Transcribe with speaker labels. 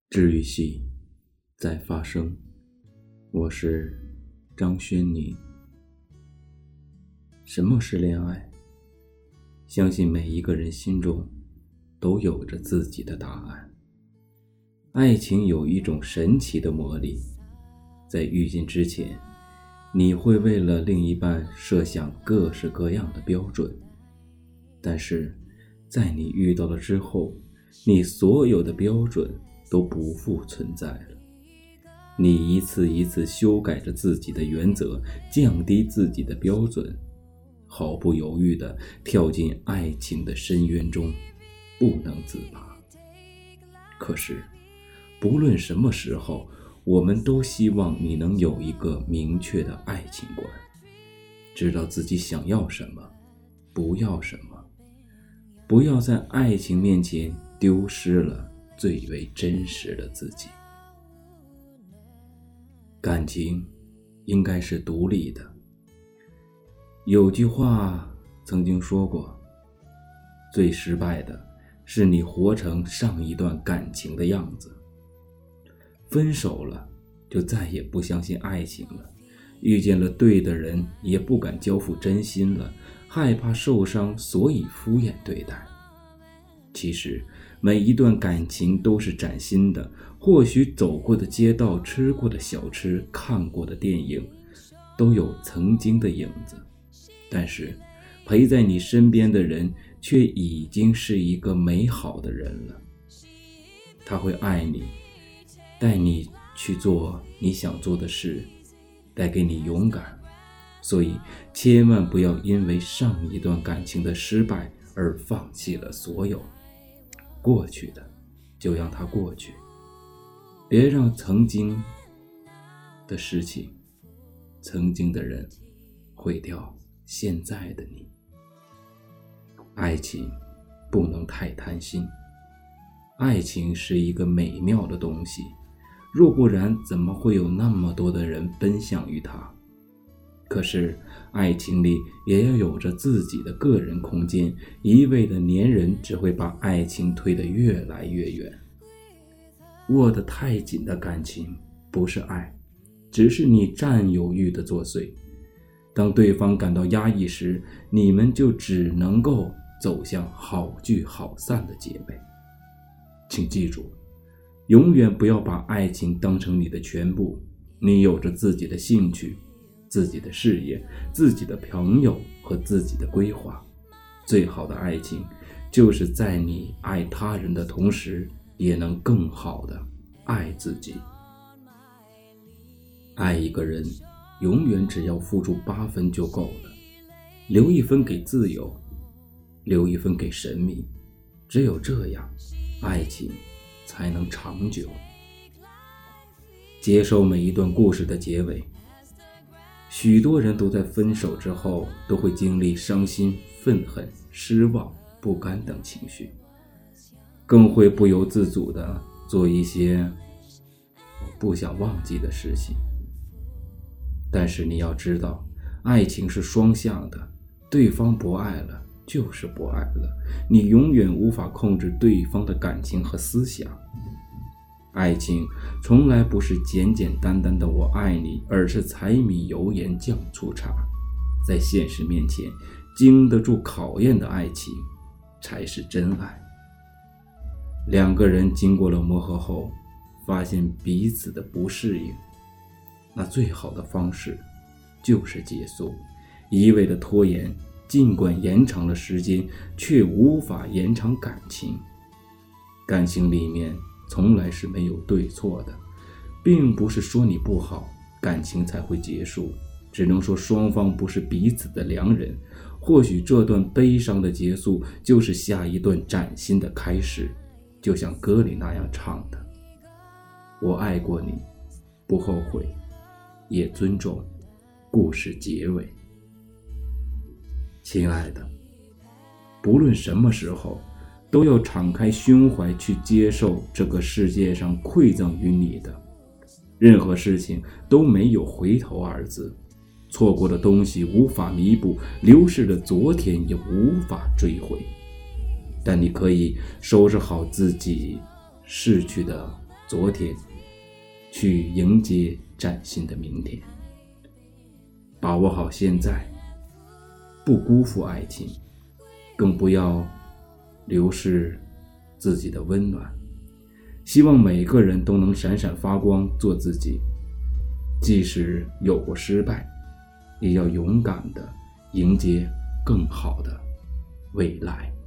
Speaker 1: 治愈系在发生，我是张轩宁。什么是恋爱？相信每一个人心中都有着自己的答案。爱情有一种神奇的魔力，在遇见之前，你会为了另一半设想各式各样的标准，但是在你遇到了之后，你所有的标准都不复存在了。你一次一次修改着自己的原则，降低自己的标准，毫不犹豫地跳进爱情的深渊中，不能自拔。可是不论什么时候，我们都希望你能有一个明确的爱情观，知道自己想要什么，不要什么，不要在爱情面前丢失了最为真实的自己。感情应该是独立的。有句话曾经说过，最失败的是你活成上一段感情的样子。分手了，就再也不相信爱情了，遇见了对的人，也不敢交付真心了，害怕受伤，所以敷衍对待。其实每一段感情都是崭新的，或许走过的街道，吃过的小吃，看过的电影，都有曾经的影子，但是陪在你身边的人却已经是一个美好的人了。他会爱你，带你去做你想做的事，带给你勇敢。所以千万不要因为上一段感情的失败而放弃了所有。过去的就让它过去，别让曾经的事情，曾经的人毁掉现在的你。爱情不能太贪心，爱情是一个美妙的东西，若不然怎么会有那么多的人奔向于它？可是爱情里也要有着自己的个人空间，一味的黏人只会把爱情推得越来越远。握得太紧的感情不是爱，只是你占有欲的作祟。当对方感到压抑时，你们就只能够走向好聚好散的结尾。请记住，永远不要把爱情当成你的全部。你有着自己的兴趣，自己的事业，自己的朋友和自己的规划。最好的爱情就是在你爱他人的同时，也能更好的爱自己。爱一个人永远只要付出8分就够了，留1分给自由，留1分给神秘，只有这样爱情才能长久。接受每一段故事的结尾。许多人都在分手之后都会经历伤心、愤恨、失望、不甘等情绪，更会不由自主地做一些不想忘记的事情。但是你要知道，爱情是双向的，对方不爱了就是不爱了，你永远无法控制对方的感情和思想。爱情从来不是简简单单的我爱你，而是柴米油盐酱醋茶。在现实面前，经得住考验的爱情才是真爱。两个人经过了磨合后，发现彼此的不适应，那最好的方式就是结束。一味的拖延，尽管延长了时间，却无法延长感情。感情里面从来是没有对错的，并不是说你不好，感情才会结束，只能说双方不是彼此的良人。或许这段悲伤的结束，就是下一段崭新的开始，就像歌里那样唱的：我爱过你，不后悔，也尊重故事结尾。亲爱的，不论什么时候，都要敞开胸怀去接受这个世界上馈赠于你的。任何事情都没有回头二字，错过的东西无法弥补，流逝的昨天也无法追回。但你可以收拾好自己逝去的昨天，去迎接崭新的明天。把握好现在，不辜负爱情，更不要流失自己的温暖。希望每个人都能闪闪发光，做自己，即使有过失败，也要勇敢地迎接更好的未来。